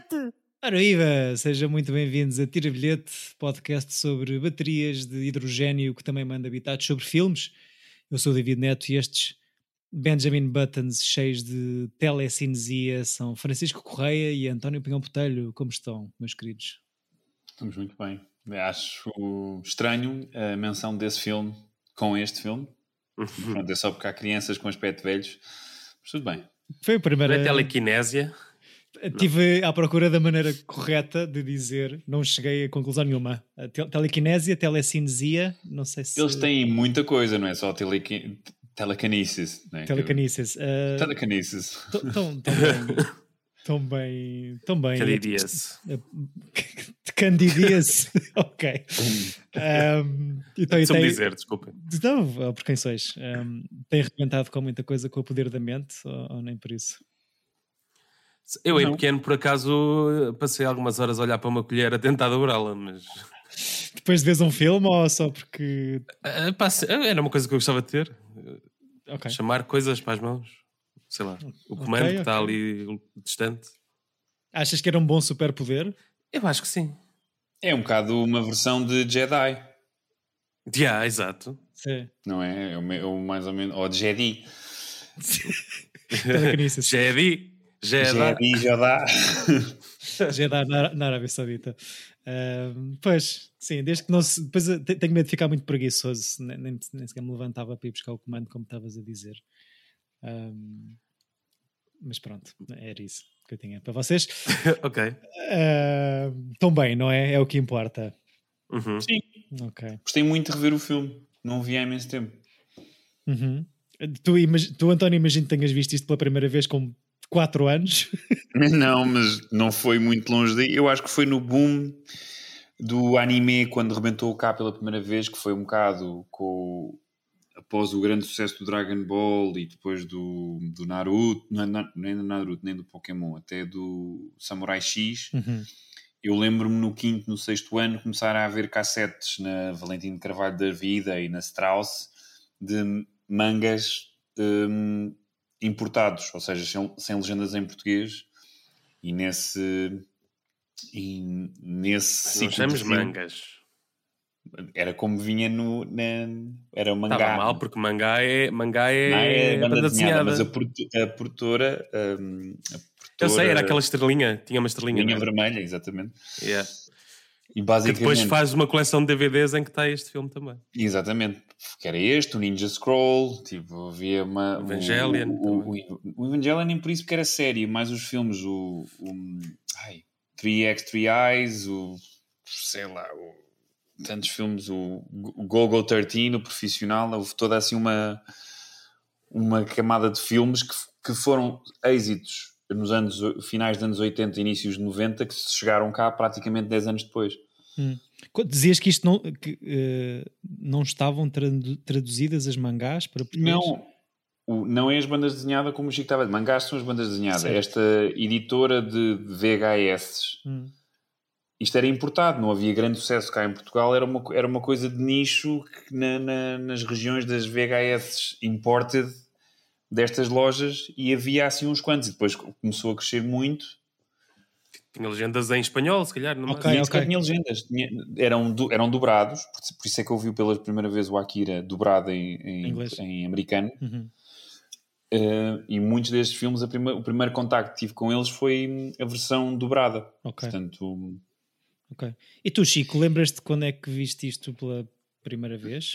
Ora viva, sejam muito bem-vindos a Tira Bilhete, podcast sobre baterias de hidrogénio que também manda habitados sobre filmes. Eu sou o David Neto e estes Benjamin Buttons cheios de telecinesia são Francisco Correia e António Pinhão Botelho. Como estão, meus queridos? Estamos muito bem. Acho estranho a menção desse filme com este filme. Pronto, é só porque há crianças com aspecto velhos. Mas tudo bem. Foi a primeira... Não é telequinésia? Estive à procura da maneira correta de dizer, não cheguei a conclusão nenhuma. A telequinésia, telecinesia, não sei se... Eles têm muita coisa, não é só telekinesis. Não é? Telekinesis. Telekinesis. Tão bem. Candidias. Candidias. Ok. Então, Só me dizer, desculpem. Não, por quem sois? Tem arrebentado com muita coisa com o poder da mente ou nem por isso? Eu, em pequeno, por acaso, passei algumas horas a olhar para uma colher a tentar dobrá-la, mas... Depois de vês um filme ou só porque... Era uma coisa que eu gostava de ter. Okay. Chamar coisas para as mãos. Sei lá, o comando que está ali distante. Achas que era um bom superpoder? Eu acho que sim. É um bocado uma versão de Jedi. Exato. Sim. Não é? É mais ou menos... Ou de Jedi. Jedi. Já dá. Já dá na Arábia Saudita. Pois, sim, desde que não se... Depois tenho medo de ficar muito preguiçoso. Nem sequer me levantava para ir buscar o comando, como estavas a dizer. Mas pronto, era isso que eu tinha para vocês. Ok. Estão bem, não é? É o que importa. Uhum. Sim. Okay. Gostei muito de rever o filme. Não o vi há imenso tempo. Uhum. Tu, António, imagino que tenhas visto isto pela primeira vez com 4 anos. Não, mas não foi muito longe daí. Eu acho que foi no boom do anime quando rebentou cá pela primeira vez, que foi um bocado após o grande sucesso do Dragon Ball e depois do Naruto, nem do Naruto, nem do Pokémon, até do Samurai X. Uhum. Eu lembro-me no 5º, no 6º ano começar a haver cassetes na Valentim de Carvalho da Vida e na Strauss de mangas importados, ou seja, sem legendas em português, e nesse Não chamamos mangas. Era como vinha era o mangá. Estava mal, porque mangá é banda desenhada. Mas a produtora... Eu sei, era aquela estrelinha, tinha uma estrelinha. Linha vermelha, exatamente. Yeah. E basicamente, que depois faz uma coleção de DVDs em que está este filme também. Exatamente, que era este, o Ninja Scroll, tipo, havia o Evangelion. O Evangelion nem por isso porque era série, mais os filmes, 3X, 3 Eyes, sei lá, tantos filmes, o Golgo 13, o Profissional, houve toda assim uma camada de filmes que foram êxitos nos finais dos anos 80, inícios de 90, que se chegaram cá praticamente 10 anos depois. Dizias que isto não estavam traduzidas as mangás para português? Não é as bandas desenhadas como o Chico estava a dizer. Mangás são as bandas desenhadas. Certo. Esta editora de VHS, isto era importado, não havia grande sucesso cá em Portugal, era uma coisa de nicho que nas regiões das VHS imported destas lojas, e havia assim uns quantos, e depois começou a crescer muito. Tinha legendas em espanhol, se calhar. Okay. Tinha legendas, eram dobrados, por isso é que eu vi pela primeira vez o Akira dobrado em americano. Uhum. E muitos destes filmes, o primeiro contacto que tive com eles foi a versão dobrada. Portanto... Ok. E tu, Chico, lembras-te quando é que viste isto pela primeira vez?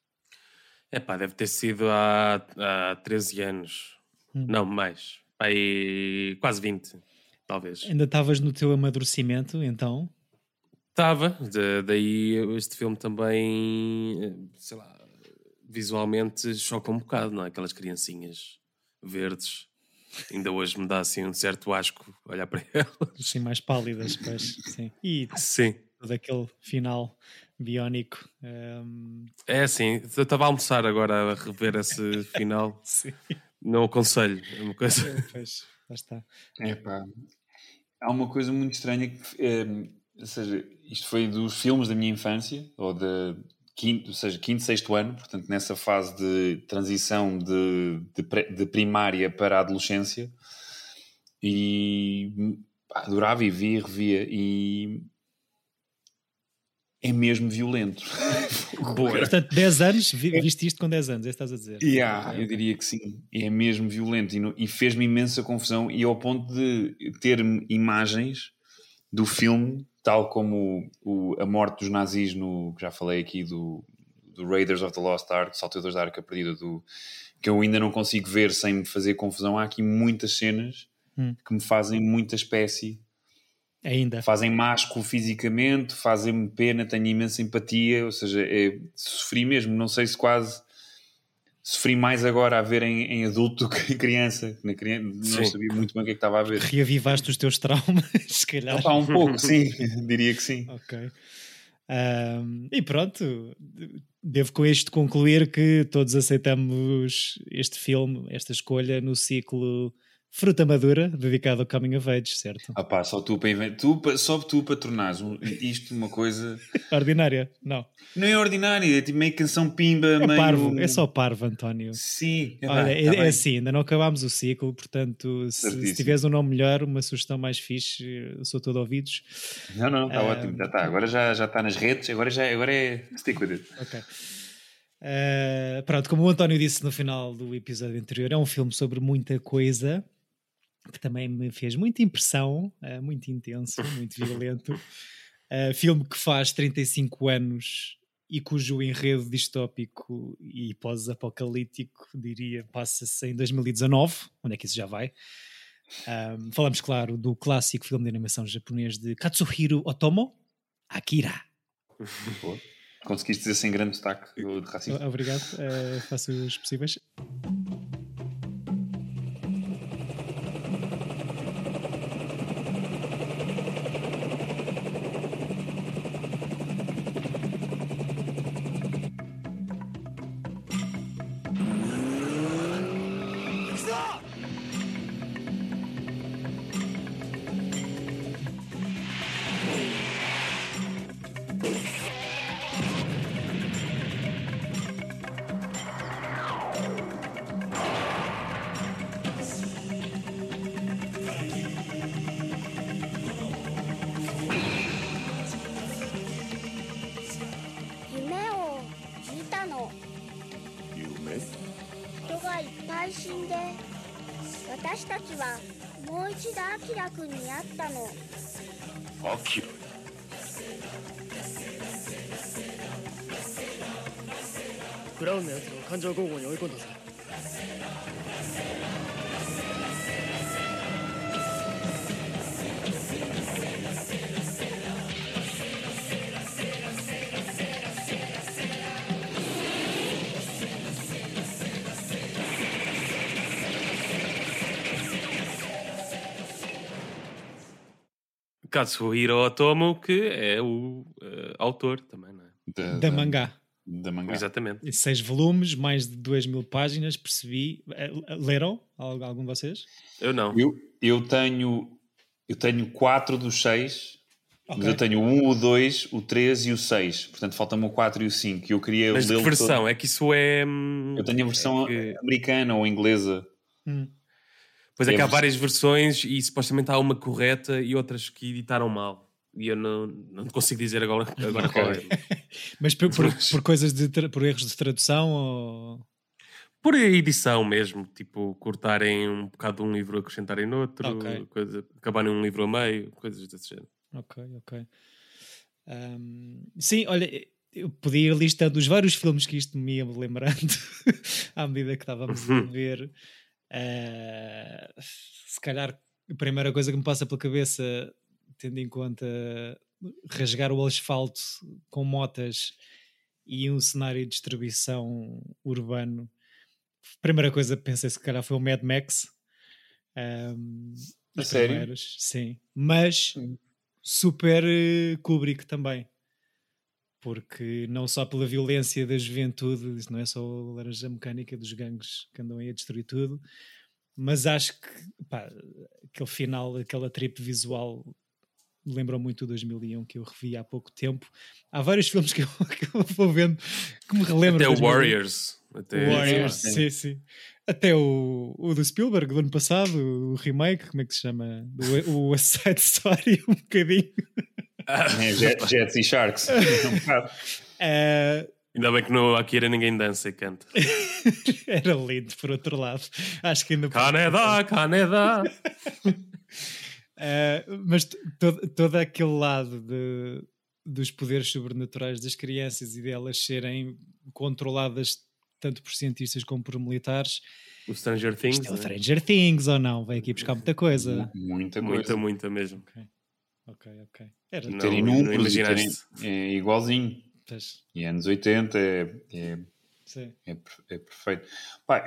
Deve ter sido há 13 anos. Não, mais. Aí quase 20, talvez. Ainda estavas no teu amadurecimento, então? Estava. Daí este filme também, sei lá, visualmente choca um bocado, não é? Aquelas criancinhas verdes. Ainda hoje me dá assim um certo asco olhar para elas. Sim, mais pálidas, pois. Sim. E sim. Daquele final biónico. É assim, eu estava a almoçar agora a rever esse final. Sim. Não aconselho. É uma coisa... Pois, lá está. Há uma coisa muito estranha que, ou seja, isto foi dos filmes da minha infância, ou quinto, sexto ano, portanto nessa fase de transição de primária para a adolescência, e adorava e via, revia, e é mesmo violento. Portanto, 10 anos, viste isto com 10 anos, é isso que estás a dizer? Eu diria que sim, é mesmo violento, e fez-me imensa confusão, e ao ponto de ter imagens do filme, tal como a morte dos nazis, que já falei aqui, do Raiders of the Lost Ark, Salteadores da Arca Perdida, que eu ainda não consigo ver sem me fazer confusão. Há aqui muitas cenas que me fazem muita espécie. Ainda. Fazem-me asco fisicamente, fazem-me pena, tenho imensa empatia, ou seja, sofri mesmo, não sei se quase sofri mais agora a ver em adulto do que em criança. Na criança não sabia muito bem o que é que estava a ver. Reavivaste os teus traumas, se calhar. Um pouco, sim, diria que sim. Ok. E pronto, devo com isto concluir que todos aceitamos este filme, esta escolha no ciclo Fruta Madura, dedicado ao Coming of Age, certo? Só tu para tornares isto uma coisa... Ordinária, não. Não é ordinária, é tipo meio canção pimba, é meio... parvo, é só parvo, António. Sim. Olha, é assim, ainda não acabámos o ciclo, portanto, se tiveres um nome melhor, uma sugestão mais fixe, eu sou todo ouvidos. Não, está ótimo, já está. Agora já está nas redes, agora é stick with it. Ok. Pronto, como o António disse no final do episódio anterior, é um filme sobre muita coisa, que também me fez muita impressão, muito intenso, muito violento. Filme que faz 35 anos e cujo enredo distópico e pós-apocalíptico, diria, passa-se em 2019. Onde é que isso já vai? Falamos, claro, do clássico filme de animação japonês de Katsuhiro Otomo, Akira. Conseguiste dizer sem grande destaque de racismo. Obrigado, faço os possíveis. Katsuhiro Otomo, que é o autor também, não é? Da mangá. Da mangá. Exatamente. 6 volumes, mais de 2.000 páginas, percebi. Leram? Algum de vocês? Eu não. Eu tenho 4 dos 6, okay. Mas eu tenho o 1, o 2, o 3 e o 6. Portanto, falta-me o 4 e o 5. Eu queria mas que versão? Todo. É que isso é... Eu tenho a versão americana ou inglesa. Pois é que há várias versões e supostamente há uma correta e outras que editaram mal. E eu não consigo dizer agora qual é. Mas por coisas por erros de tradução ou... Por edição mesmo, tipo cortarem um bocado de um livro, acrescentarem noutro, acabarem um livro a meio, coisas desse género. Ok. Sim, olha, eu podia ir listando os vários filmes que isto me ia lembrando à medida que estávamos a ver. Se calhar a primeira coisa que me passa pela cabeça, tendo em conta rasgar o asfalto com motas e um cenário de distribuição urbano, a primeira coisa que pensei se calhar foi o Mad Max. A sério? Sim, mas super Kubrick também, porque não só pela violência da juventude, isso não é só a laranja mecânica dos gangues que andam aí a destruir tudo, mas acho que aquele final, aquela trip visual lembra muito o 2001 que eu revi há pouco tempo. Há vários filmes que eu vou vendo que me relembram. Até o Warriors. Warriors, sim. Até o do Spielberg do ano passado, o remake, como é que se chama? O A Side Story, um bocadinho. Jets e Sharks. Ainda bem que no Akira ninguém dança e canta. Era lindo, por outro lado. Acho que ainda... Canadá! Mas todo aquele lado dos poderes sobrenaturais das crianças e delas serem controladas tanto por cientistas como por militares. O Stranger Things. Isto é o Stranger Things ou não? Vem aqui buscar muita coisa. Muita mesmo. Ok. Era terem números e terem... É igualzinho. Pois. E anos 80 é perfeito. Pá,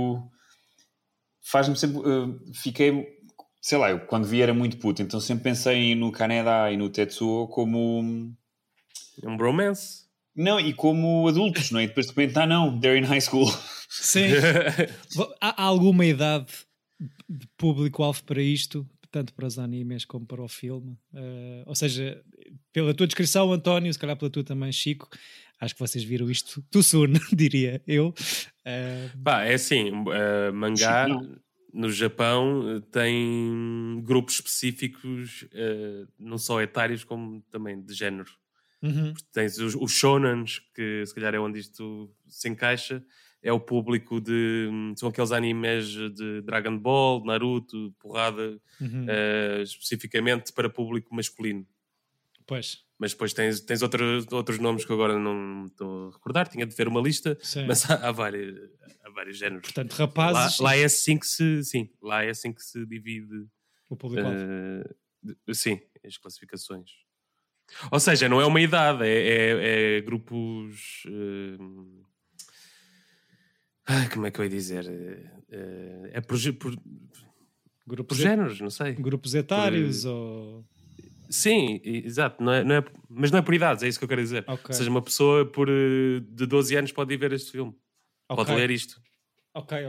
faz-me sempre... fiquei... Sei lá, eu quando vi era muito puto, então sempre pensei no Kaneda e no Tetsuo como... Um bromance. Não, e como adultos, não é? E depois de repente, não, they're in high school. Sim. Há alguma idade de público-alvo para isto, tanto para os animes como para o filme? Ou seja, pela tua descrição, António, se calhar pela tua também, Chico, acho que vocês viram isto too soon, diria eu. É assim, mangá no Japão tem grupos específicos, não só etários como também de género. Uhum. Tens os shonans, que se calhar é onde isto se encaixa, é o público são aqueles animes de Dragon Ball, Naruto, porrada, especificamente para público masculino. Pois. Mas depois tens outros nomes que agora não estou a recordar, tinha de ver uma lista. Sim. Mas há vários géneros. Portanto, rapazes... Lá é assim que se divide o público-alvo. Sim, as classificações. Ou seja, não é uma idade, é grupos... como é que eu ia dizer? É por géneros, não sei. Grupos etários ou... Sim, exato. Mas não é por idades, é isso que eu quero dizer. Okay. Ou seja, uma pessoa de 12 anos pode ir ver este filme. Okay. Pode ler isto. Ok.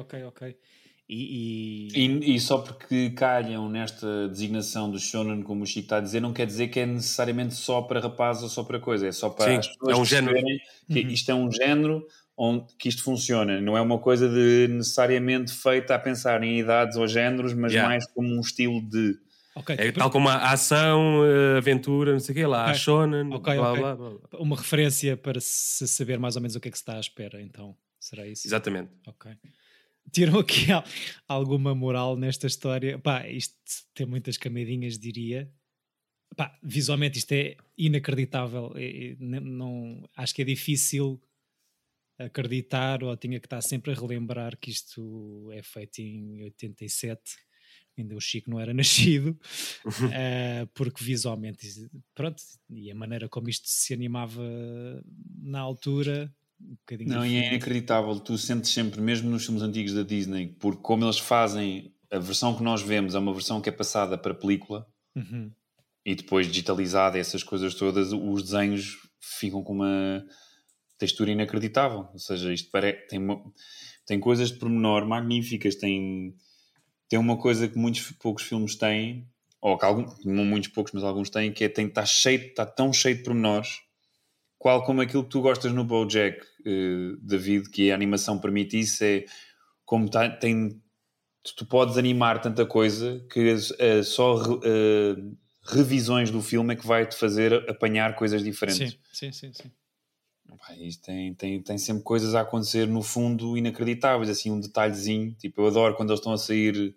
E só porque calham nesta designação do shonen, como o Chico está a dizer, não quer dizer que é necessariamente só para rapazes ou só para coisa. É só para as pessoas perceberem que isto é um género onde que isto funciona. Não é uma coisa necessariamente feita a pensar em idades ou géneros, mas mais como um estilo de... Okay. É tal como a ação, a aventura, não sei o quê, lá, a shonen, blá. Uma referência para se saber mais ou menos o que é que se está à espera, então. Será isso? Exatamente. Ok. Tiram aqui alguma moral nesta história? Isto tem muitas camadinhas, diria. Visualmente isto é inacreditável. Não, acho que é difícil acreditar, ou tinha que estar sempre a relembrar que isto é feito em 87. Ainda o Chico não era nascido, porque visualmente, pronto, e a maneira como isto se animava na altura, um bocadinho não, diferente. E é inacreditável, tu sentes sempre, mesmo nos filmes antigos da Disney, porque como eles fazem, a versão que nós vemos é uma versão que é passada para película, e depois digitalizada, essas coisas todas, os desenhos ficam com uma textura inacreditável, ou seja, isto tem coisas de pormenor magníficas, tem uma coisa que poucos filmes têm, ou que não muitos poucos, mas alguns têm, que é está tão cheio de pormenores, qual como aquilo que tu gostas no BoJack, David, que a animação permite isso, é como tu podes animar tanta coisa que só revisões do filme é que vai-te fazer apanhar coisas diferentes. Sim. Isto tem sempre coisas a acontecer no fundo inacreditáveis, assim um detalhezinho, tipo, eu adoro quando eles estão a sair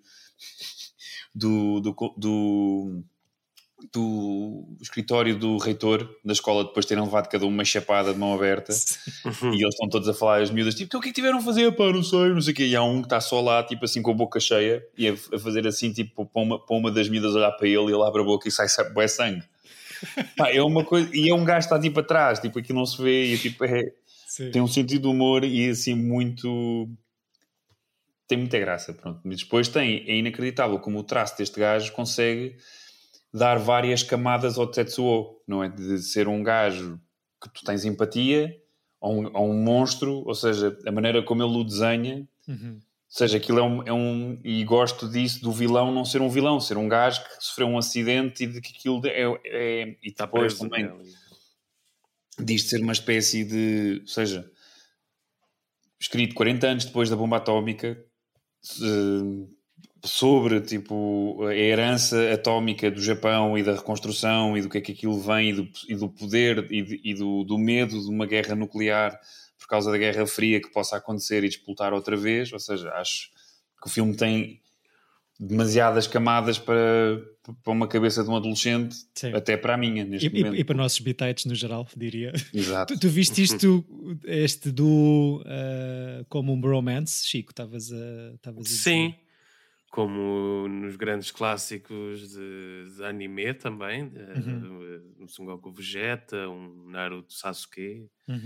do escritório do reitor da escola, depois de terem levado cada uma chapada de mão aberta e eles estão todos a falar, as miúdas, tipo, o que é que tiveram a fazer? Não sei o quê, e há um que está só lá, tipo assim, com a boca cheia e a fazer assim, tipo, para uma das miúdas olhar para ele e ele abre a boca e sai bué sangue. É uma coisa, e é um gajo que está tipo atrás, tipo, aqui não se vê, e tipo, tem um sentido de humor e assim muito, tem muita graça, pronto. Mas depois é inacreditável como o traço deste gajo consegue dar várias camadas ao Tetsuo, não é? De ser um gajo que tu tens empatia, ou um monstro, ou seja, a maneira como ele o desenha, ou seja, aquilo e gosto disso, do vilão não ser um vilão, ser um gajo que sofreu um acidente e de que aquilo e depois também diz de ser uma espécie de, ou seja, escrito 40 anos depois da bomba atómica, sobre tipo, a herança atómica do Japão e da reconstrução e do que é que aquilo vem e do poder e do medo de uma guerra nuclear por causa da Guerra Fria que possa acontecer e disputar outra vez. Ou seja, acho que o filme tem demasiadas camadas para uma cabeça de um adolescente, sim, até para a minha neste momento. E para nossos bitites no geral, diria. Exato. Tu viste isto, este do como um bromance, Chico? Estavas a dizer. Sim, como nos grandes clássicos de anime também, um Son Goku Vegeta, um Naruto Sasuke,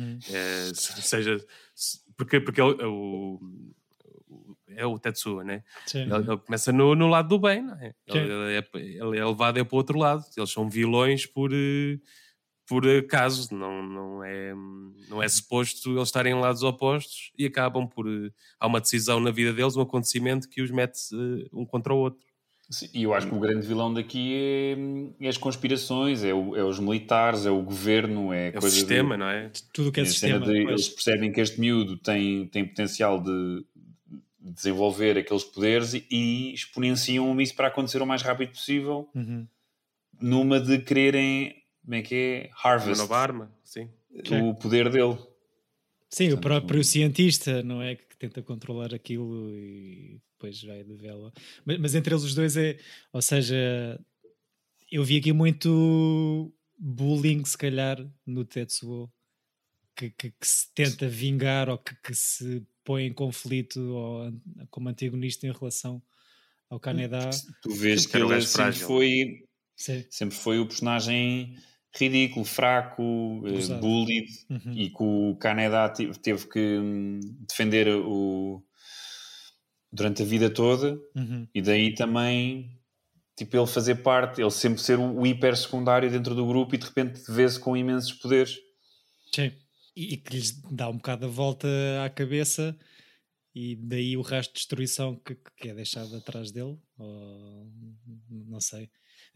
porque é o Tetsuo, né? Ele começa no lado do bem, não é? Ele é levado para o outro lado. Eles são vilões por acaso, não é suposto eles estarem em lados opostos e acabam por... há uma decisão na vida deles, um acontecimento que os mete um contra o outro. Sim, e eu acho que o grande vilão daqui é as conspirações, é os militares, é o governo, é o sistema, não é? Tudo que é sistema. Eles percebem que este miúdo tem potencial de desenvolver aqueles poderes e exponenciam isso para acontecer o mais rápido possível, numa de quererem, como é que é? Harvest. Uma nova arma, sim. O poder dele. Sim, portanto, o próprio cientista, não é? Que tenta controlar aquilo e depois vai de vela. Mas entre eles os dois ou seja, eu vi aqui muito bullying, se calhar, no Tetsuo, que se tenta vingar ou que se põe em conflito ou como antagonista em relação ao Kaneda. Tu vês que ele sempre foi o personagem ridículo, fraco, bullied, e que o Kaneda teve que defender durante a vida toda, e daí também tipo, ele fazer parte, ele sempre ser o hiper secundário dentro do grupo e de repente vê-se com imensos poderes. Sim. E que lhes dá um bocado a volta à cabeça e daí o resto de destruição que é deixado atrás dele, ou não sei.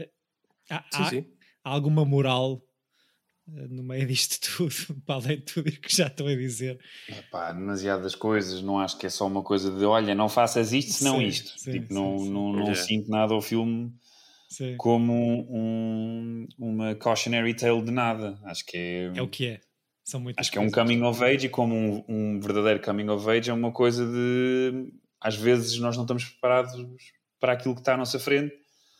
Há alguma moral no meio disto tudo, para além de tudo que já estou a dizer? Demasiadas coisas, não acho que é só uma coisa de olha, não faças isto senão isto. Não sinto nada ao filme como uma cautionary tale de nada. Acho que é o que é. Acho que é um coming of age, e como um verdadeiro coming of age é uma coisa de... Às vezes nós não estamos preparados para aquilo que está à nossa frente.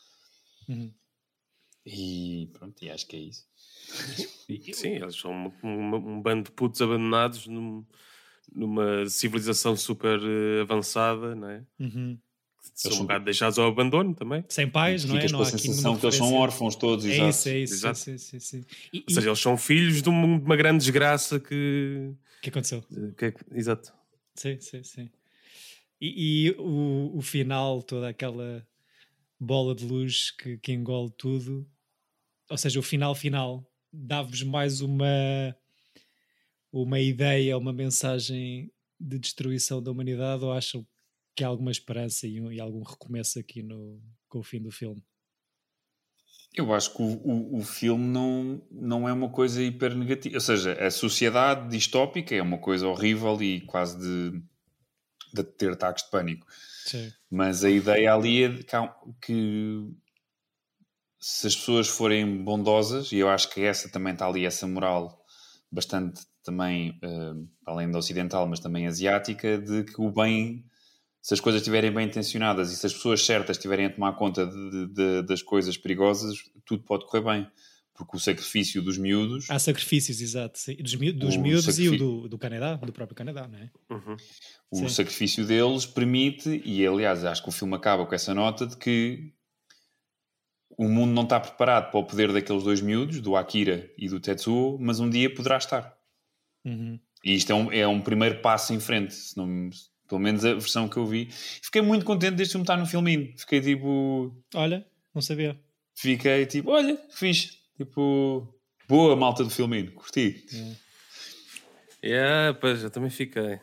E pronto, e acho que é isso. Sim, eles são um bando de putos abandonados numa civilização super avançada, não é? São um bocado deixados ao abandono também. Sem pais, não é? Ficas com a sensação que eles são órfãos todos. É isso. Exato. Sim. Ou seja, eles são filhos de uma grande desgraça que aconteceu. Exato. Sim. E o final, toda aquela bola de luz que engole tudo, ou seja, o final dá-vos mais uma ideia, uma mensagem de destruição da humanidade, ou acham que há alguma esperança e algum recomeço aqui com o fim do filme? Eu acho que o filme não é uma coisa hiper negativa. Ou seja, a sociedade distópica é uma coisa horrível e quase de ter ataques de pânico. Sim. Mas a ideia ali é que se as pessoas forem bondosas, e eu acho que essa também está ali, essa moral bastante também, além da ocidental, mas também asiática, de que o bem... Se as coisas estiverem bem intencionadas e se as pessoas certas estiverem a tomar conta das coisas perigosas, tudo pode correr bem. Porque o sacrifício dos miúdos... Há sacrifícios, exato. Sim. Dos miúdos e o do Canadá, do próprio Canadá, não é? O sacrifício deles permite, e aliás, acho que o filme acaba com essa nota de que o mundo não está preparado para o poder daqueles dois miúdos, do Akira e do Tetsuo, mas um dia poderá estar. E isto é um primeiro passo em frente, se não... Pelo menos a versão que eu vi. Fiquei muito contente deste filme estar no filminho. Fiquei tipo... Olha, não sabia. Fiquei tipo, olha, fixe. Tipo, boa malta do filminho. Curti. Pois, eu também fiquei.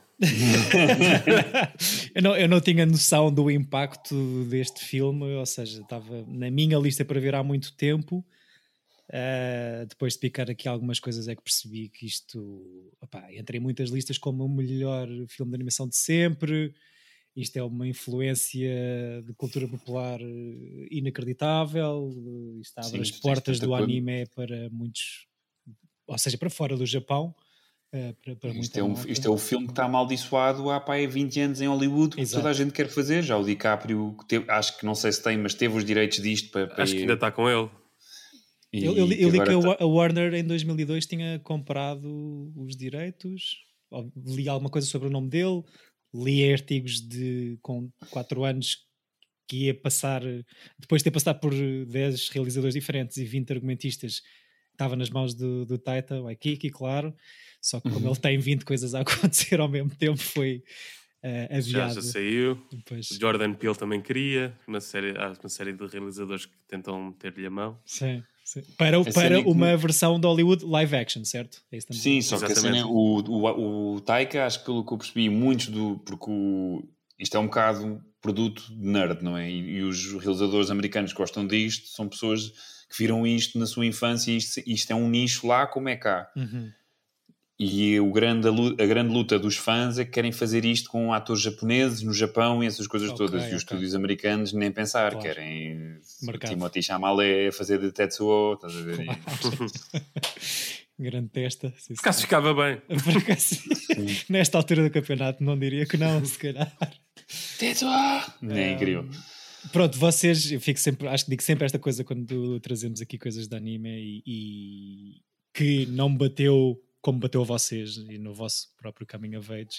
eu não tinha noção do impacto deste filme. Ou seja, estava na minha lista para ver há muito tempo. Depois de picar aqui algumas coisas é que percebi que isto entra em muitas listas como o melhor filme de animação de sempre, isto é uma influência de cultura popular inacreditável, isto abre as portas do anime para muitos, ou seja, para fora do Japão. Para isto é o filme que está amaldiçoado há 20 anos em Hollywood, que toda a gente quer fazer. Já o DiCaprio, acho que não sei se tem, mas teve os direitos disto para acho que ainda está com ele. Eu li que a Warner em 2002 tinha comprado os direitos, li alguma coisa sobre o nome dele, li artigos com 4 anos que ia passar, depois de ter passado por 10 realizadores diferentes e 20 argumentistas, estava nas mãos do Taika Waititi, claro, só que como ele tem 20 coisas a acontecer ao mesmo tempo, foi adiado. Já saiu. Depois... O Jordan Peele também queria, uma série de realizadores que tentam ter-lhe a mão. Sim. Para uma versão de Hollywood live action, certo? É isso sim, só que a cena, o Taika, acho que pelo que eu percebi, muitos porque isto é um bocado produto de nerd, não é? E os realizadores americanos que gostam disto são pessoas que viram isto na sua infância e isto é um nicho lá como é cá. Uhum. E a grande luta dos fãs é que querem fazer isto com atores japoneses no Japão e essas coisas todas. E os estúdios americanos nem pensar, claro. Querem Timothée Chalamet a fazer de Tetsuo, estás a ver? Claro. Grande testa. Por acaso ficava bem. Nesta altura do campeonato não diria que não, se calhar. Tetsuo! É incrível. Pronto, vocês, eu acho que digo sempre esta coisa quando trazemos aqui coisas de anime e que não bateu como bateu a vocês e no vosso próprio coming of age.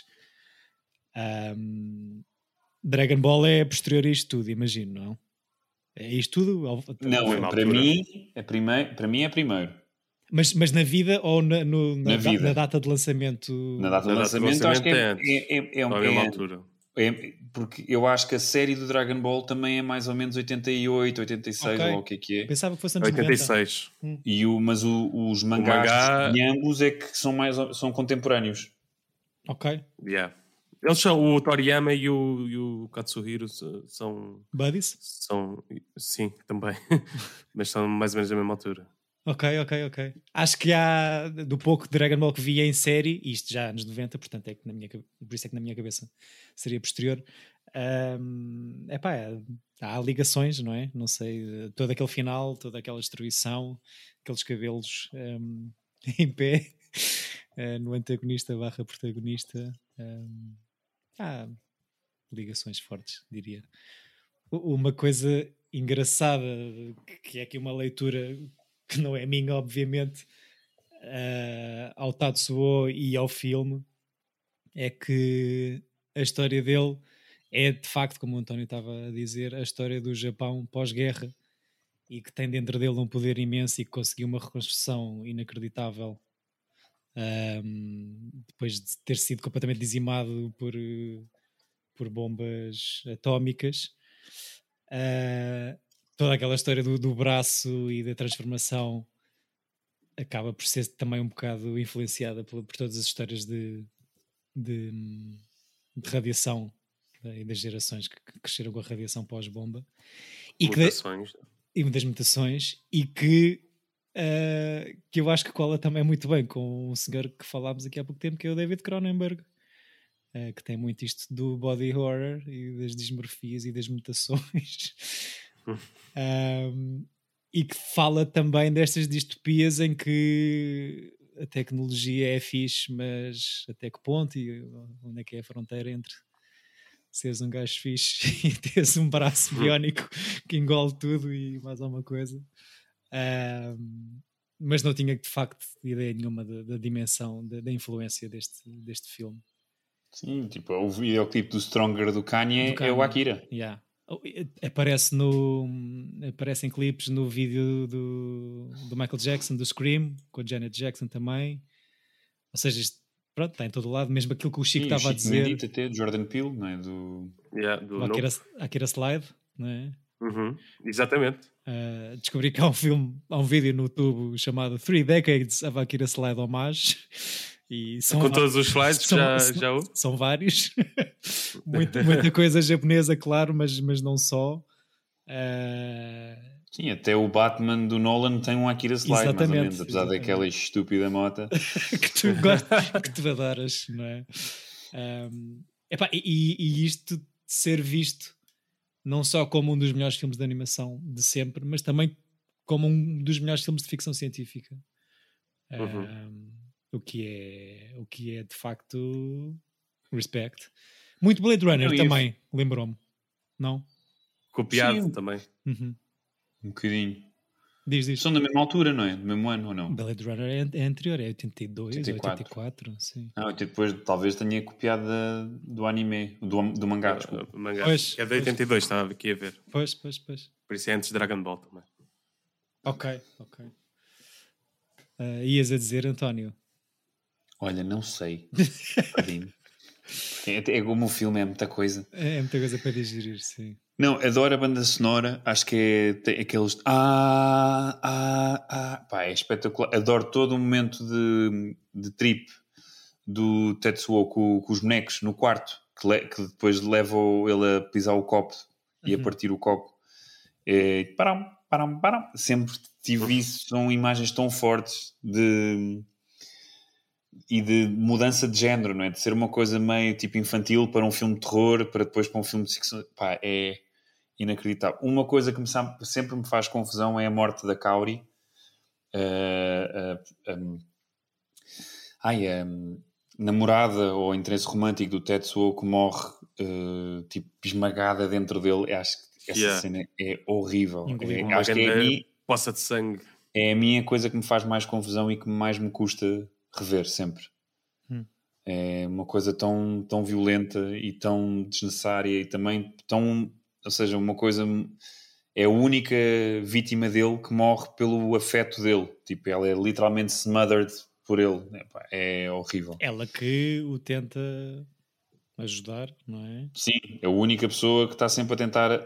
Dragon Ball é posterior a isto tudo, imagino, não? É isto tudo? Não, para mim é primeiro. Mas na vida ou na data de lançamento? Na data de lançamento acho que é uma altura. Porque eu acho que a série do Dragon Ball também é mais ou menos 88, 86, ou o que é. Pensava que fosse anos 86. Mas os mangás de ambos é que são contemporâneos. Ok. Yeah. Eles são, o Toriyama e o Katsuhiro são... Buddies? Sim, também. Mas são mais ou menos da mesma altura. Ok. Acho que há, do pouco de Dragon Ball que vi em série, isto já anos 90, portanto por isso é que na minha cabeça seria posterior. Há ligações, não é? Não sei, todo aquele final, toda aquela destruição, aqueles cabelos em pé, no antagonista / protagonista. Há ligações fortes, diria. Uma coisa engraçada, que é aqui uma leitura que não é minha, obviamente, ao Tatsuo e ao filme, é que a história dele é, de facto, como o António estava a dizer, a história do Japão pós-guerra, e que tem dentro dele um poder imenso e que conseguiu uma reconstrução inacreditável depois de ter sido completamente dizimado por bombas atómicas. Toda aquela história do braço e da transformação acaba por ser também um bocado influenciada por todas as histórias de radiação e das gerações que cresceram com a radiação pós-bomba e das mutações, e que eu acho que cola também muito bem com um senhor que falámos aqui há pouco tempo, que é o David Cronenberg, que tem muito isto do body horror e das dismorfias e das mutações. E que fala também destas distopias em que a tecnologia é fixe, mas até que ponto, e onde é que é a fronteira entre seres um gajo fixe e teres um braço biónico que engole tudo e mais alguma coisa. Mas não tinha de facto ideia nenhuma da dimensão, da influência deste filme. Sim, tipo, o videoclipe do Stronger do Kanye é o Akira. Yeah. Aparece em clipes no vídeo do Michael Jackson, do Scream, com a Janet Jackson também. Ou seja, isto, pronto, está em todo lado, mesmo aquilo que o Chico estava a dizer. Medita até, do Jordan Peele, não é? Do Akira Slide, não é? Exatamente. Descobri que há um vídeo no YouTube chamado 3 Decades of Akira Slide Homage. E com todos os slides já houve? São vários. muita coisa japonesa, claro, mas não só. Sim, até o Batman do Nolan tem um Akira Slide, mais ou menos, apesar daquela estúpida mota que tu gostas, que tu adoras, não é? E isto ser visto não só como um dos melhores filmes de animação de sempre, mas também como um dos melhores filmes de ficção científica. O que é de facto respect. Muito Blade Runner também, lembrou-me, não? Copiado Sim. também. Um bocadinho. Diz. São da mesma altura, não é? Do mesmo ano ou não? Blade Runner é anterior, é 82, 84, sim. Depois talvez tenha copiado do anime, do mangá, desculpa. Pois, é de 82, estava aqui a ver. Pois. Por isso é antes de Dragon Ball também. Ok. Ias a dizer, António? Olha, não sei. É como o filme, é muita coisa. É muita coisa para digerir, sim. Não, adoro a banda sonora. Acho que é aqueles... Pá, é espetacular. Adoro todo o momento de trip do Tetsuo com os bonecos no quarto, que depois levam ele a pisar o copo e a partir o copo. Param. Sempre tive isso. São imagens tão fortes e de mudança de género, não é? De ser uma coisa meio tipo infantil para um filme de terror, para depois para um filme de ficção. Pá, é inacreditável. Uma coisa que sempre me faz confusão é a morte da Kaori. Namorada ou interesse romântico do Tetsuo que morre tipo esmagada dentro dele. Acho que essa cena é horrível. Acho que é a minha poça de sangue. É a minha coisa que me faz mais confusão e que mais me custa rever sempre. É uma coisa tão violenta e tão desnecessária e também tão... Ou seja, uma coisa... É a única vítima dele que morre pelo afeto dele. Tipo, ela é literalmente smothered por ele. É horrível. Ela que o tenta ajudar, não é? Sim, é a única pessoa que está sempre a tentar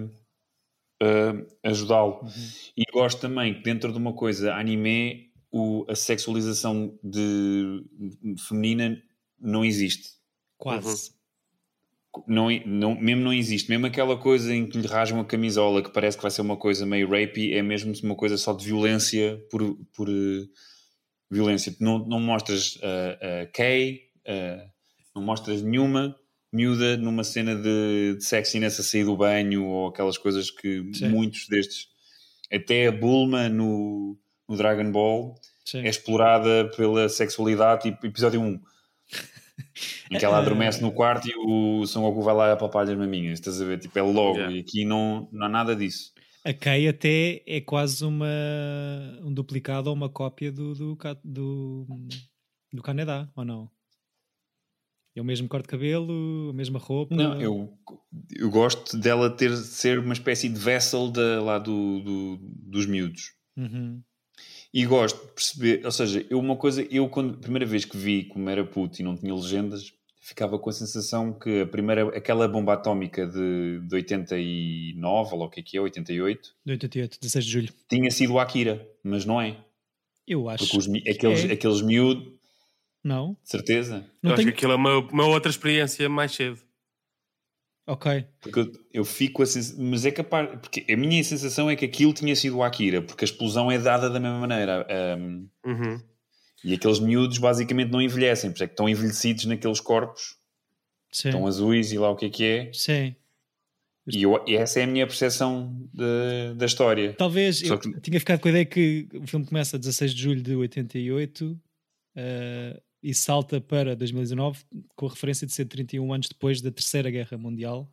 ajudá-lo. E gosto também que dentro de uma coisa anime, a sexualização feminina não existe. Quase. Mesmo não existe. Mesmo aquela coisa em que lhe rasgam a camisola, que parece que vai ser uma coisa meio rapey, é mesmo uma coisa só de violência por violência. Não mostras a Kay, não mostras nenhuma miúda numa cena de sexiness a sair do banho ou aquelas coisas que muitos destes, até a Bulma no Dragon Ball é explorada pela sexualidade, tipo episódio 1 em que ela adormece no quarto e o Son Goku vai lá apalpar-lhe as maminhas, estás a ver? Tipo, é logo, e aqui não há nada disso. A Kei até é quase um duplicado ou uma cópia do Kaneda, ou não? É o mesmo corte de cabelo, a mesma roupa? Não, eu gosto dela ser uma espécie de vessel lá dos miúdos. E gosto de perceber, ou seja, eu quando a primeira vez que vi como era puto e não tinha legendas, ficava com a sensação que aquela bomba atómica de 89, ou o que é, 88? De 88, 16 de julho. Tinha sido o Akira, mas não é. Eu acho. Porque aqueles miúdos... Não? De certeza? Eu acho que aquilo é uma outra experiência mais cedo. Ok. Porque eu fico a sensação... Mas é capaz... Porque a minha sensação é que aquilo tinha sido o Akira, porque a explosão é dada da mesma maneira. E aqueles miúdos basicamente não envelhecem, porque é que estão envelhecidos naqueles corpos. Sim. Estão azuis e lá o que é. Sim. E essa é a minha percepção da história. Talvez eu tinha ficado com a ideia que o filme começa a 16 de julho de 88 e salta para 2019 com a referência de ser 31 anos depois da Terceira Guerra Mundial.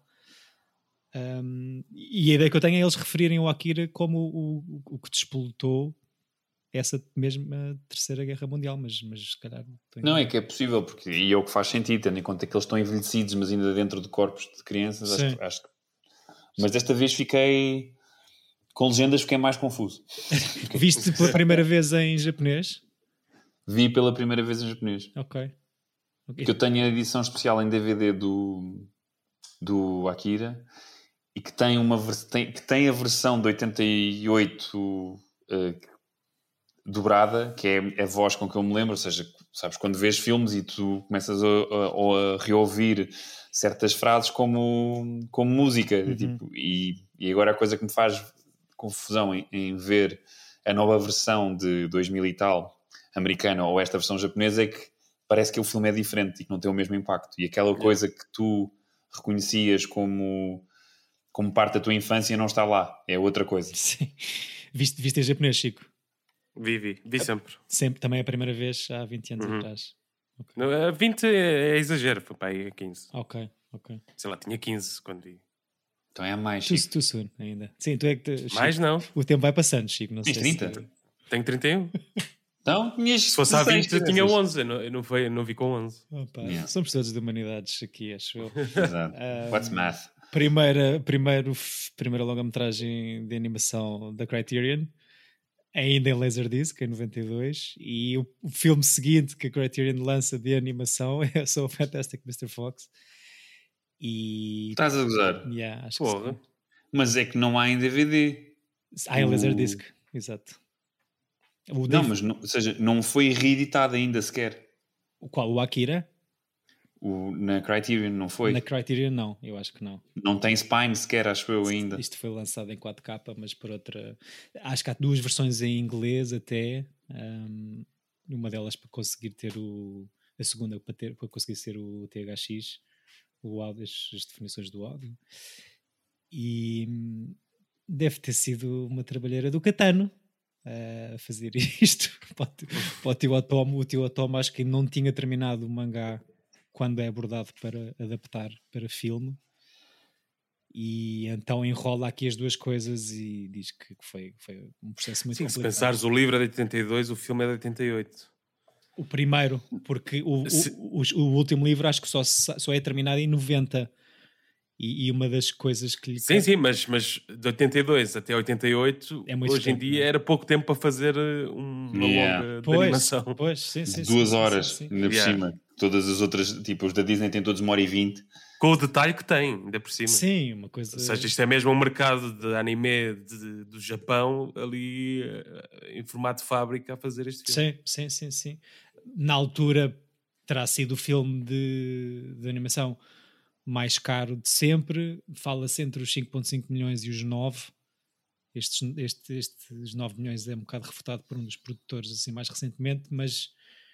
E a ideia que eu tenho é eles referirem o Akira como o que despoltou essa mesma Terceira Guerra Mundial, mas se calhar... Não, é que é possível, e é o que faz sentido, tendo em conta que eles estão envelhecidos, mas ainda dentro de corpos de crianças, acho que... Mas desta vez fiquei... Com legendas fiquei mais confuso. Viste pela primeira vez em japonês? Vi pela primeira vez em japonês. Ok. Porque eu tenho a edição especial em DVD do Akira e que tem que tem a versão de 88 dobrada, que é a voz com que eu me lembro. Ou seja, sabes, quando vês filmes e tu começas a reouvir certas frases como música. Tipo, e agora a coisa que me faz confusão em ver a nova versão de 2000 e tal americana ou esta versão japonesa é que parece que o filme é diferente e que não tem o mesmo impacto. E aquela coisa que tu reconhecias como parte da tua infância não está lá, é outra coisa. Sim. Viste em japonês, Chico? Vi sempre. Sempre, também é a primeira vez há 20 anos atrás. Okay. Não, 20 é exagero, foi para aí 15. Ok. Sei lá, tinha 15 quando vi. Então é mais, Tu soon ainda. Sim, tu é que... Chico, mais não. O tempo vai passando, Chico. Não sei 30? se... Tenho 31. Então, se fosse há 20 eu tinha 11. Eu não vi com 11. Yeah. Somos todos de humanidades aqui, acho eu. Exato. What's math? Primeira longa-metragem de animação da Criterion, ainda em Laserdisc, em 92, e o filme seguinte que a Criterion lança de animação é So Fantastic Mr. Fox. E... Estás a gozar? Yeah, acho Porra. que sim. Mas é que não há em DVD. Há em Laserdisc, exato. Não, mas ou seja, não foi reeditado ainda sequer. O qual? O Akira? Na Criterion não foi? Na Criterion não, eu acho que não. Não tem spine sequer, acho eu ainda. Isto foi lançado em 4K, mas por outra... Acho que há 2 versões em inglês até. Uma delas para conseguir ter a segunda para conseguir ser o THX, o áudio, as definições do áudio. E deve ter sido uma trabalheira do Catano a fazer isto para o tio Otomo. O tio Otomo acho que não tinha terminado o mangá quando é abordado para adaptar para filme, e então enrola aqui as duas coisas e diz que foi um processo muito complicado. Se pensares, o livro é de 82, o filme é de 88. O primeiro, porque o último livro acho que só é terminado em 90. E uma das coisas que lhe... Sim, mas de 82 até 88, hoje em dia era pouco tempo para fazer uma longa de animação. Pois, sim, 2 horas, ainda por cima. Todas as outras, tipo, os da Disney têm todos 1h20. Com o detalhe que tem, ainda por cima. Sim, uma coisa... Ou seja, isto é mesmo um mercado de anime do Japão ali em formato de fábrica a fazer este filme. Sim. Na altura terá sido o filme de animação mais caro de sempre. Fala-se entre os 5,5 milhões e os 9. Estes 9 milhões é um bocado refutado por um dos produtores assim mais recentemente, mas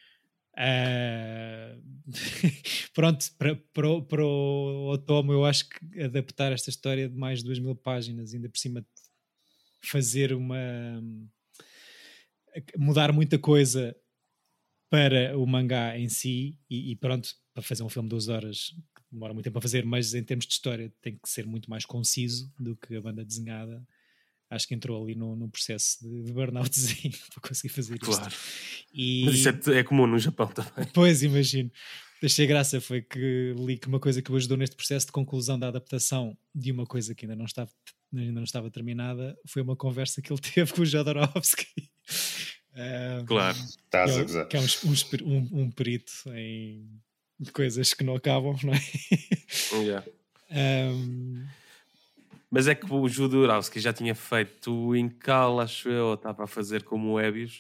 pronto, para o Otomo eu acho que adaptar esta história de mais de 2.000 páginas, ainda por cima fazer mudar muita coisa para o mangá em si, e pronto, para fazer um filme de 2 horas demora muito tempo para fazer, mas em termos de história tem que ser muito mais conciso do que a banda desenhada. Acho que entrou ali num processo de burnoutzinho para conseguir fazer isto. Claro. Mas isso é comum no Japão também. Pois, imagino. Achei graça foi que li que uma coisa que o ajudou neste processo de conclusão da adaptação de uma coisa que ainda não estava terminada foi uma conversa que ele teve com o Jodorowsky. Claro. Estás a gozar. Que é um perito em coisas que não acabam, não é? Yeah. Mas é que o Jodorowsky já tinha feito o Incal, acho eu, estava a fazer como o Ebius.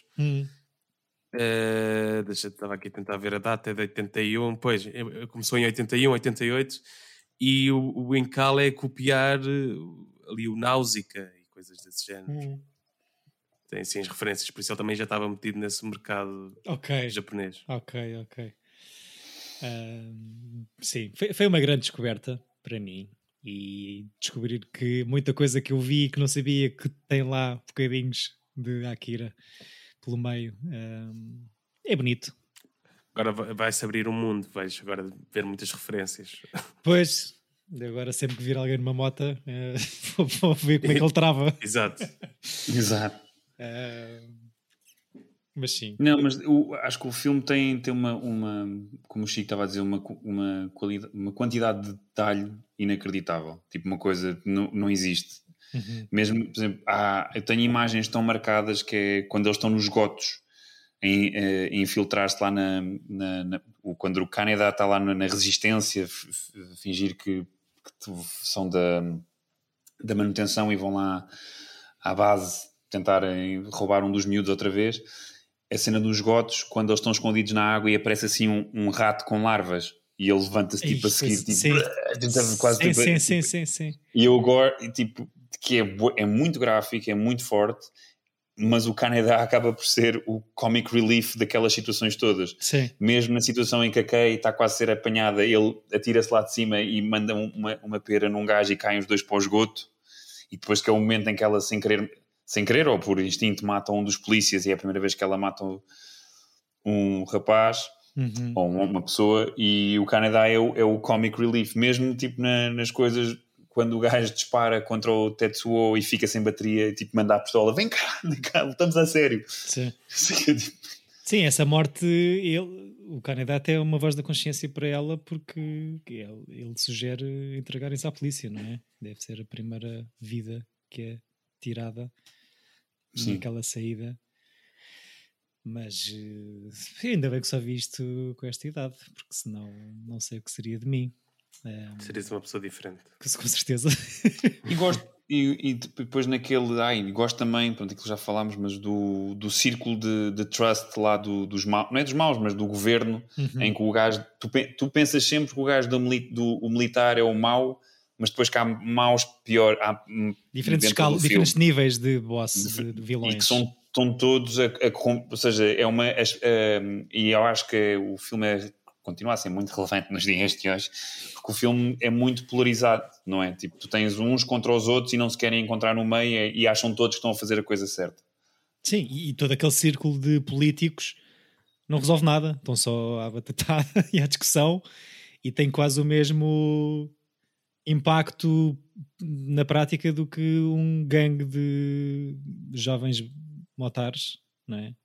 Estava aqui a tentar ver a data, é de 81, pois, começou em 81, 88, e o Incal é copiar ali o Náusica e coisas desse género. Tem sim as referências, por isso ele também já estava metido nesse mercado japonês. Ok. Sim, foi uma grande descoberta para mim, e descobrir que muita coisa que eu vi e que não sabia que tem lá bocadinhos de Akira pelo meio, é bonito. Agora vai-se abrir um mundo, vais agora ver muitas referências. Pois, agora sempre que vir alguém numa moto vou ver como é que ele trava. Exato. Mas sim. Não, mas acho que o filme tem uma como o Chico estava a dizer, uma qualidade, uma quantidade de detalhe inacreditável. Tipo, uma coisa que não existe. Mesmo, por exemplo, eu tenho imagens tão marcadas que é quando eles estão nos esgotos a infiltrar-se lá quando o Kaneda está lá na resistência, fingir que são da manutenção e vão lá à base tentarem roubar um dos miúdos outra vez. A cena dos esgotos, quando eles estão escondidos na água e aparece assim um rato com larvas e ele levanta-se tipo a seguir, sim. E o gore, tipo, que é muito gráfico, é muito forte, mas o Kaneda acaba por ser o comic relief daquelas situações todas. Sim. Mesmo na situação em que a Kay está quase a ser apanhada, ele atira-se lá de cima e manda uma pera num gajo e caem os dois para o esgoto, e depois que é o momento em que ela sem querer ou por instinto mata um dos polícias, e é a primeira vez que ela mata um rapaz ou uma pessoa, e o Kaneda é o comic relief, mesmo tipo nas coisas, quando o gajo dispara contra o Tetsuo e fica sem bateria, tipo manda a pistola, vem cá, lutamos a sério. Sim. Sim, essa morte, o Kaneda até é uma voz da consciência para ela, porque ele sugere entregarem-se à polícia, não é? Deve ser a primeira vida que é tirada naquela saída. Mas ainda bem que só vi isto com esta idade, porque senão não sei o que seria de mim. Serias uma pessoa diferente. Com certeza. E gosto, e depois naquele, gosto também, pronto, aquilo já falámos, mas do círculo de trust lá dos maus, não é dos maus, mas do governo, em que o gajo, tu pensas sempre que o gajo o militar é o mau, mas depois que há maus pior, há diferentes níveis de boss, de vilões. E que estão todos a corromper, ou seja, e eu acho que o filme continua a ser muito relevante nos dias de hoje, porque o filme é muito polarizado, não é? Tipo, tu tens uns contra os outros e não se querem encontrar no meio e acham todos que estão a fazer a coisa certa. Sim, e todo aquele círculo de políticos não resolve nada, estão só à batatada e à discussão, e tem quase o mesmo impacto na prática do que um gangue de jovens motares, não é?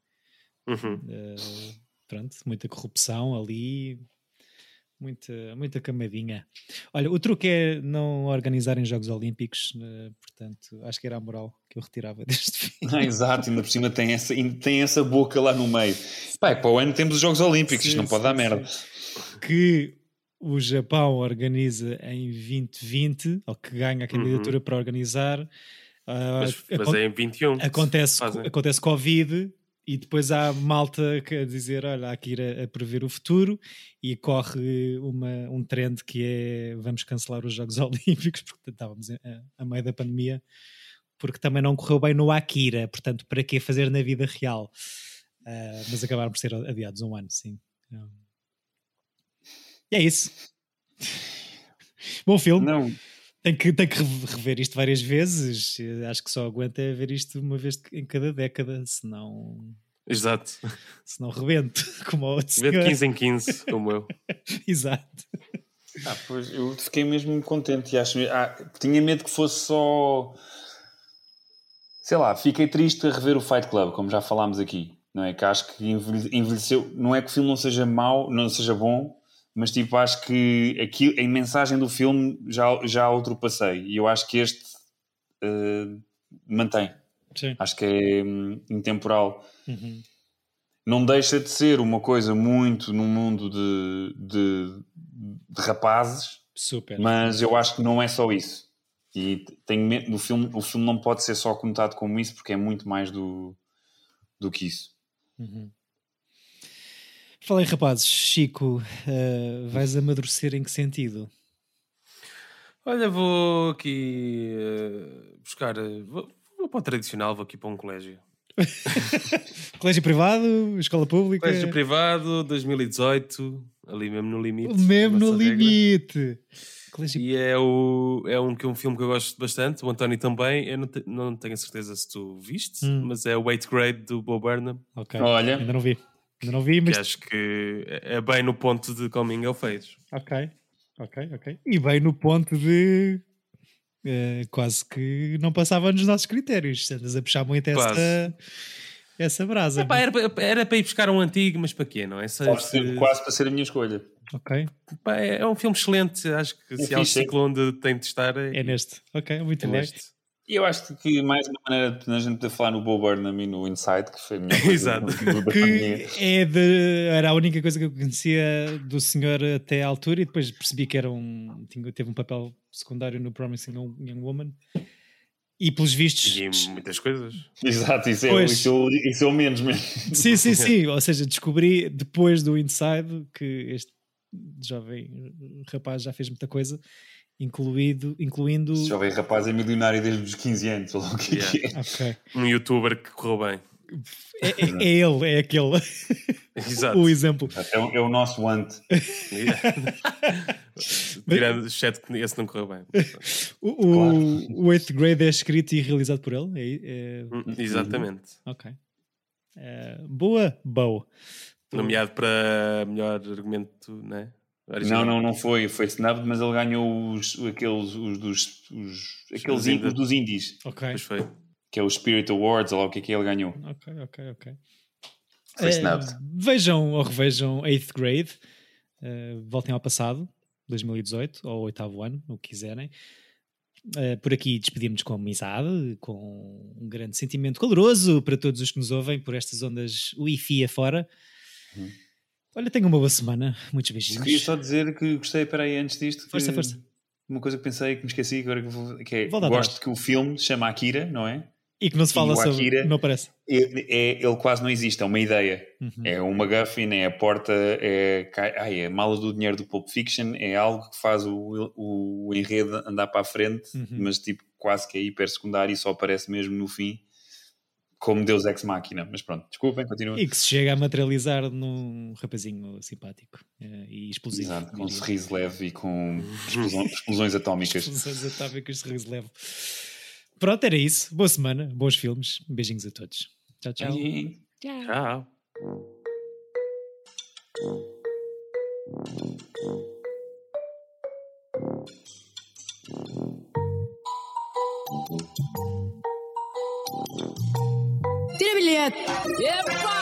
Pronto, muita corrupção ali, muita camadinha. Olha, o truque é não organizarem Jogos Olímpicos, portanto, acho que era a moral que eu retirava deste filme. Exato, ainda por cima tem essa boca lá no meio. Pá, para o ano temos os Jogos Olímpicos, isto não pode dar merda. Que o Japão organiza em 2020, ou que ganha a candidatura para organizar. Mas é em 21. Acontece Covid, e depois há malta a dizer, olha, há que ir a prever o futuro, e corre um trend que é vamos cancelar os Jogos Olímpicos, porque estávamos a meio da pandemia, porque também não correu bem no Akira, portanto, para que fazer na vida real? Mas acabaram por ser adiados um ano, sim. E é isso. Bom filme. Não. Tem que rever isto várias vezes. Acho que só aguenta ver isto uma vez em cada década, senão... Exato. Senão rebento, como o outro senhor. Ver de 15 em 15, como eu. Exato. Pois, eu fiquei mesmo contente e tinha medo que fosse só... Sei lá, fiquei triste a rever o Fight Club, como já falámos aqui. Não é? Que acho que envelheceu... Não é que o filme não seja mau, não seja bom, mas tipo, acho que a mensagem do filme já ultrapassei, e eu acho que este mantém. Sim. Acho que é intemporal. Não deixa de ser uma coisa muito num mundo de rapazes. Super. Mas eu acho que não é só isso, e tenho medo, o filme não pode ser só conotado como isso, porque é muito mais do que isso. Falei, rapazes, Chico, vais amadurecer em que sentido? Olha, vou aqui buscar... Vou para o tradicional, vou aqui para um colégio. Colégio privado? Escola pública? Colégio privado, 2018, ali mesmo no limite. Mesmo no limite! E é um filme que eu gosto bastante, o António também. Eu não tenho a certeza se tu viste, mas é o 8th Grade do Bo Burnham. Ok, olha. Ainda não vi, mas... Que acho que é bem no ponto de coming of age. Ok. E bem no ponto de... quase que não passava nos nossos critérios. Andas a puxar muito essa brasa. Era para ir buscar um antigo, mas para quê, não é? Quase para ser a minha escolha. Ok. É um filme excelente. Acho que se há um ciclo onde tem de estar... É neste. Ok, muito bem. E eu acho que mais uma maneira de a gente poder falar no Bo Burnham e no Inside, que foi a minha coisa. Exato. Era a única coisa que eu conhecia do senhor até à altura, e depois percebi que teve um papel secundário no Promising Young Woman. E pelos vistos... E muitas coisas. Exato, isso é o menos mesmo. Sim. Ou seja, descobri depois do Inside que este jovem rapaz já fez muita coisa, incluindo... Esse jovem rapaz é milionário desde os 15 anos, ou o que é. Okay. Um youtuber que correu bem. É ele, é aquele. Exato. O exemplo. É o nosso want. Tirando o chat que esse não correu bem. O 8th Grade é escrito e realizado por ele? Exatamente. Ok. Boa. Nomeado para melhor argumento, não é? Não foi. Foi snubbed, mas ele ganhou aqueles dos indies. Ok. Pois foi. Que é o Spirit Awards, ou lá o que é que ele ganhou. Ok. Foi snubbed. Vejam ou revejam 8th Grade. Voltem ao passado, 2018, ou 8º ano, o que quiserem. Por aqui despedimos com amizade, com um grande sentimento caloroso para todos os que nos ouvem por estas ondas Wi-Fi afora. Olha, tenham uma boa semana. Muitos beijinhos. Queria só dizer que gostei, peraí, antes disto. Força. Uma coisa que pensei, que me esqueci, agora que é, gosto que o filme se chama Akira, não é? E que não se fala sobre... Akira, não parece. Ele quase não existe, é uma ideia. É um MacGuffin, é a porta, é a mala do dinheiro do Pulp Fiction, é algo que faz o enredo andar para a frente, mas tipo quase que é hiper secundário e só aparece mesmo no fim como Deus Ex Machina. Mas pronto, desculpem, continuem. E que se chega a materializar num rapazinho simpático e explosivo. Exato, com um sorriso leve e com explosões atómicas. Explosões atómicas, sorriso leve. Pronto, era isso. Boa semana, bons filmes. Beijinhos a todos. Tchau. Tchau. Tira bilhete! Epa!